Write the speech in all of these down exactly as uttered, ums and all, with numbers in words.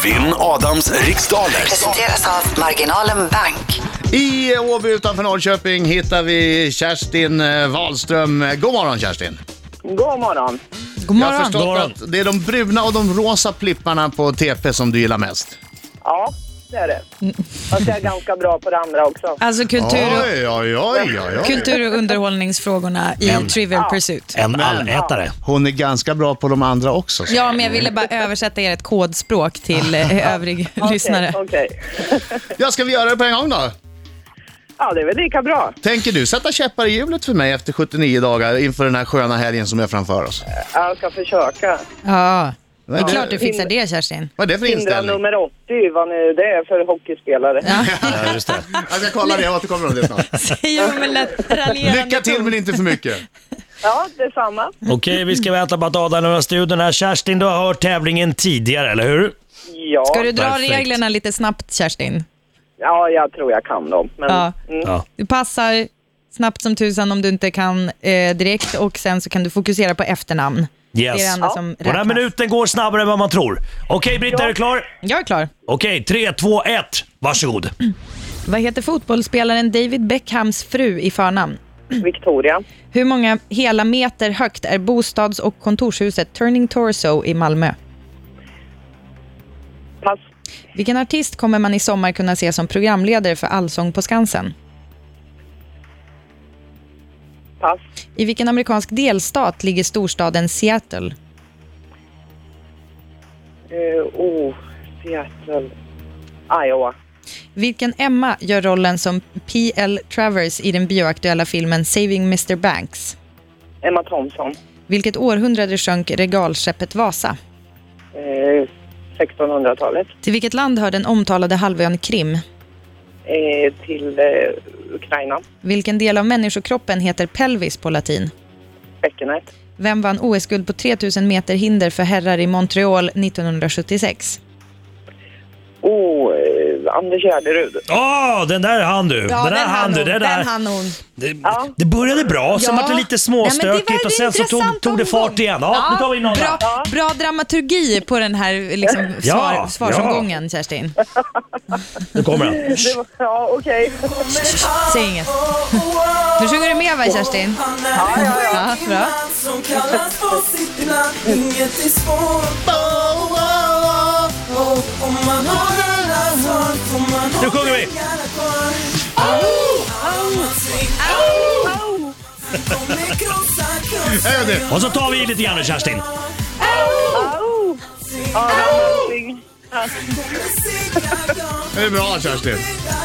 Vinn Adams riksdaler. Presenteras av Marginalen Bank. I Åby utanför Norrköping hittar vi Kerstin Wahlström. God morgon, Kerstin. God morgon. God morgon. Jag har förstått God morgon. att det är de bruna och de rosa plipparna på T P som du gillar mest. Ja, det är det. Fast jag är ganska bra på det andra också. Alltså kultur och, Oj, oj, oj, oj, oj. kultur och underhållningsfrågorna i En- Trivial Ja. Pursuit. En allätare. Hon är ganska bra på de andra också. Så. Ja, men jag ville bara översätta er ett kodspråk till eh, övrig lyssnare. Okej. Ja, ska vi göra det på en gång då? Ja, det är väl lika bra. Tänker du sätta käppar i hjulet för mig efter sjuttionio dagar inför den här sköna helgen som är framför oss? Jag ska försöka. Ja, det är Vad är klart det, du fixar det, Kerstin. vad är det för Hindra inställning? nummer åttio, vad nu det är för hockeyspelare. Ja. Ja, just det. Jag ska kolla det, jag återkommer om det snart. Säger de med lätt raljerande Lycka till, ton. men inte för mycket. Ja, detsamma. Okej, vi ska vänta på att Adam lämnar studion här. Kerstin, du har hört tävlingen tidigare, eller hur? Ja. Ska du dra Perfekt. reglerna lite snabbt, Kerstin? Ja, jag tror jag kan dem. Men, Ja. mm. Ja. Du passar snabbt som tusan om du inte kan eh, direkt, och sen så kan du fokusera på efternamn. Det är det Yes. enda Ja. som Och den här räknas. minuten går snabbare än vad man tror. Okej, Britta, är du klar? Jag är klar. Okej, tre, två, ett. Varsågod. Vad heter fotbollsspelaren David Beckhams fru i förnamn? Victoria. Hur många hela meter högt är bostads- och kontorshuset Turning Torso i Malmö? Pass. Vilken artist kommer man i sommar kunna se som programledare för Allsång på Skansen? Pass. I vilken amerikansk delstat ligger storstaden Seattle? Uh, oh, Seattle. Iowa. Vilken Emma gör rollen som P L Travers i den bioaktuella filmen Saving mister Banks? Emma Thompson. Vilket århundrade sjönk regalskeppet Vasa? Uh, sextonhundratalet. Till vilket land hör den omtalade halvön Krim? Uh, till uh, Ukraina. Vilken del av människokroppen heter pelvis på latin? Bäckenet. Vem vann O S-guld på tre tusen meter hinder för herrar i Montreal nittonhundrasjuttiosex? Oh, uh, Anders Gärderud. Åh, den där hann du. den där hann du. Det, där. hann hon. Det, Ja. det började bra, sen Ja. var det lite Ja, småstökigt men det var och sen så tog, intressant tog det fart omgång. igen. Ja, nu tar vi in någon bra, där. bra dramaturgi på den här liksom, svar, Ja, svarsomgången, Kerstin. Nu kommer den. Det var, ja, okej. Säg inget. Nu sjunger du med, va, Kerstin? Ja, ja, ja. Ja, bra. Som kallas på sitt namn, inget är svårt. Och om man har alla svar får man Nu sjunger vi. gärna kvar. Au, säg au. Vi kommer krossa, krossa. Är det? Och så tar vi i lite grann nu, Kerstin. Au! Ja, någonting. Det är bra, Kerstin.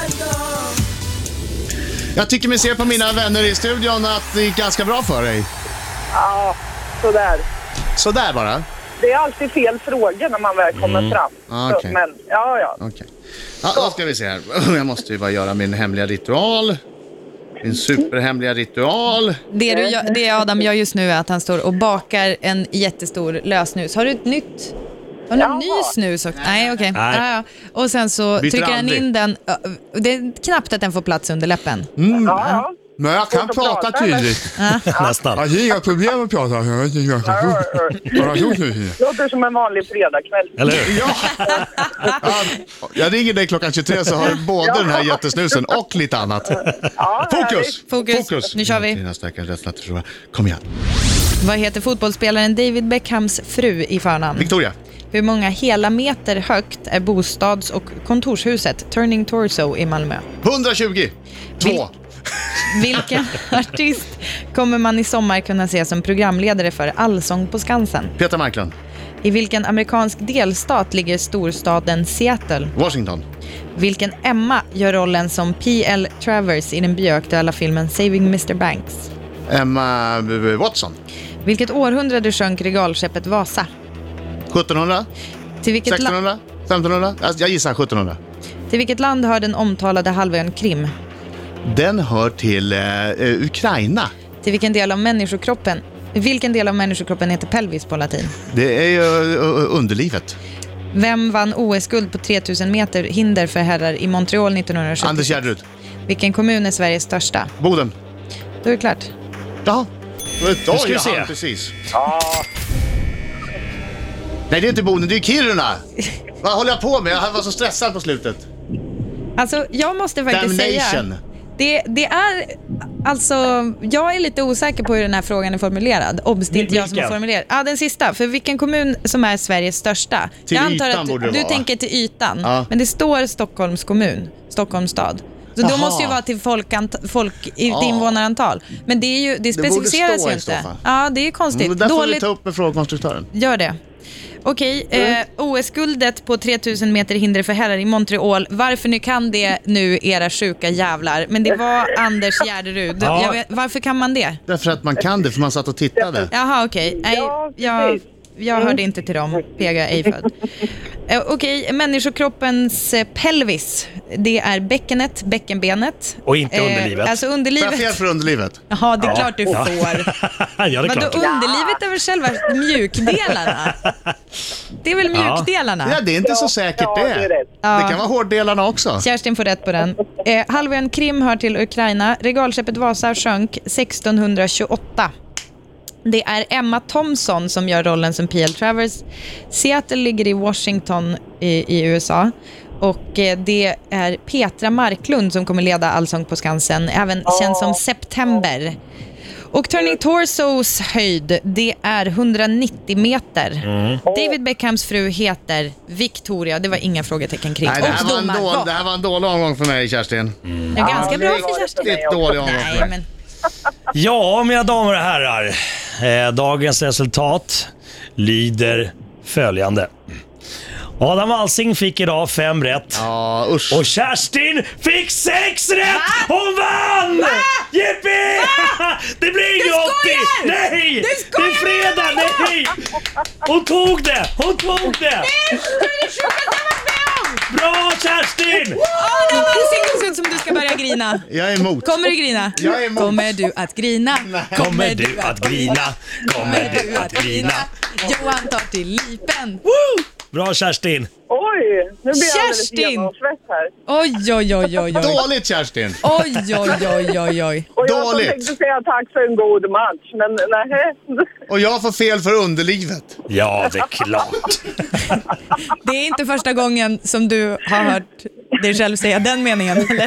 Jag tycker mig se på mina vänner i studion att det gick ganska bra för dig. Ja, sådär. Sådär bara. Det är alltid fel frågor när man väl kommer fram. Ah, Så, okej. men, ja, ja. Okej. Ja, då ska vi se här. Jag måste ju bara göra min hemliga ritual. Min superhemliga ritual. Det, du gör, det Adam gör just nu är att han står och bakar en jättestor lösnus. Har du ett nytt? Har du en Jaha. ny snus? Och, nej, okej. Nej. Ja, ja. Och sen så Byter trycker han aldrig. in den. Ö, Det är knappt att den får plats under läppen. ja, ja. Men jag kan Svårt att prata prata, tydligt. Nästan. Jag har inga problem att prata. Jag vet inte Ja, ja, ja. Låter som en vanlig fredagkväll. Eller hur? Ja. Ja, jag ringer dig klockan tjugotre så har du både den här jättesnusen och lite annat. Ja, Fokus! Fokus. Fokus. Nu kör vi. Tina Stärken, rädsla till fråga. Kom igen. Vad heter fotbollsspelaren David Beckhams fru i förnamn? Victoria. Hur många hela meter högt är bostads- och kontorshuset Turning Torso i Malmö? hundratjugo. Två. Vilken artist kommer man i sommar kunna se som programledare för Allsång på Skansen? Peter Marklund. I vilken amerikansk delstat ligger storstaden Seattle? Washington. Vilken Emma gör rollen som P L Travers i den bioaktuella filmen Saving mister Banks? Emma Watson. Vilket århundrade sjönk regalskeppet Vasa? sjuttonhundra. Till vilket, la- sextonhundra. femtonhundra. Jag gissar sjuttonhundra. till vilket land hör den omtalade halvön Krim? Den hör till eh, Ukraina. Till vilken del av människokroppen Vilken del av människokroppen heter pelvis på latin? Det är ju uh, underlivet. Vem vann O S-guld på tre tusen meter hinder för herrar i Montreal nittonhundrasjuttio? Anders Gärderud. Vilken kommun är Sveriges största? Boden. Då är det klart. Jaha. Oj, ska vi jag se. hann precis. Nej, det är inte Boden, det är Kiruna. Vad håller jag på med? Jag var så stressad på slutet. Alltså, jag måste faktiskt säga... Damnation. Det, det är... Alltså, jag är lite osäker på hur den här frågan är formulerad. Obs, det är inte jag som har formulerat. Ja, den sista. För vilken kommun som är Sveriges största? Till jag antar ytan att borde det du vara. tänker till ytan. Ja. Men det står Stockholms kommun, Stockholms stad. Så Jaha. då måste ju vara till folkant- folk i Ja. invånarantal. Men det är ju det borde specificeras stå ju i så inte. fall. Ja, det är konstigt. Men där får vi Dåligt. ta upp med frågekonstruktören. Gör det. Okej, eh, O S-guldet på tre tusen meter hinder för herrar i Montreal. Varför ni kan det nu, era sjuka jävlar. Men det var Anders Gärderud. Ja. Jag vet, varför kan man det? Därför att man kan det, för man satt och tittade. Jaha, okej. Nej, Ja, jag, precis. jag hörde inte till dem. Pega ej född. Eh, Okej, människokroppens eh, pelvis. Det är bäckenet, bäckenbenet. Och inte underlivet. Alltså Får jag underlivet. fel för underlivet? Jaha, det är klart du Ja. får. Ja, det är Vadå klart. underlivet är väl själva mjukdelarna? Det är väl mjukdelarna? Ja, det är inte så säkert ja, det. det är rätt. Det kan vara hårddelarna också. Kerstin får rätt på den. Eh, halvön Krim hör till Ukraina. Regalskeppet Vasa sjönk sextonhundratjugoåtta. Det är Emma Thompson som gör rollen som P L Travers. Seattle ligger i Washington i, i U S A. Och eh, det är Petra Marklund som kommer leda Allsång på Skansen. Även känd som September. Och Turning Torsos höjd, det är hundranittio meter. David Beckhams fru heter Victoria. Det var inga frågetecken kring. Nej, det här, Och var en domar. dålig, det här var en dålig omgång för mig, Kerstin. Det är ganska bra för Kerstin. Riktigt dålig omgång för Nej, mig. men Ja, mina damer och herrar. Eh, dagens resultat lyder följande. Adam Alsing fick idag fem rätt. Ja, usch. Och Kerstin fick sex rätt! Hon vann! Jippi! Det blir inget åttio! Nej! Det är fredag! Nej! Hon tog det! Hon tog det! Bra Kerstin! Adam Alsing, det ser ut som du ska börja grina. Jag är emot. Kommer du grina? Jag är emot. Kommer du att grina? Kommer du att grina? Kommer du att grina? Johan tar till lipen. Bra Kerstin! Oj, nu blir jag alldeles Kerstin! genomsvett här. Oj, oj, oj, oj, oj. Dåligt, Kerstin. Oj, oj, oj, oj, oj. Och jag Dåligt. som tänkte säga tack för en god match, men nej. Och jag får fel för underlivet. Ja, det är klart. Det är inte första gången som du har hört dig själv säga den meningen, eller?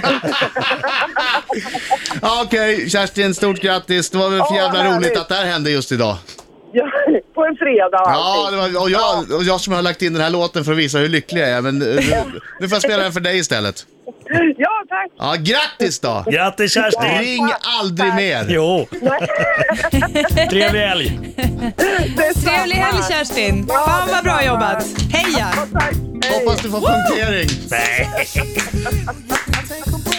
Ja, Okej, Kerstin, stort grattis. Det var väl för Ja, jävla härligt. roligt att det här hände just idag. Ja, på en fredag och Ja, allting. det var, och, jag, och jag som har lagt in den här låten för att visa hur lycklig jag är. Men eh, nu, nu får jag spela den för dig istället. Ja, tack. Ja, grattis då! Grattis Kerstin! Ring aldrig mer. Jo. Trevlig helg! Trevlig helg, Kerstin. Fan vad bra jobbat. Heja! Tack. Hoppas du får punktering. Nej. Take a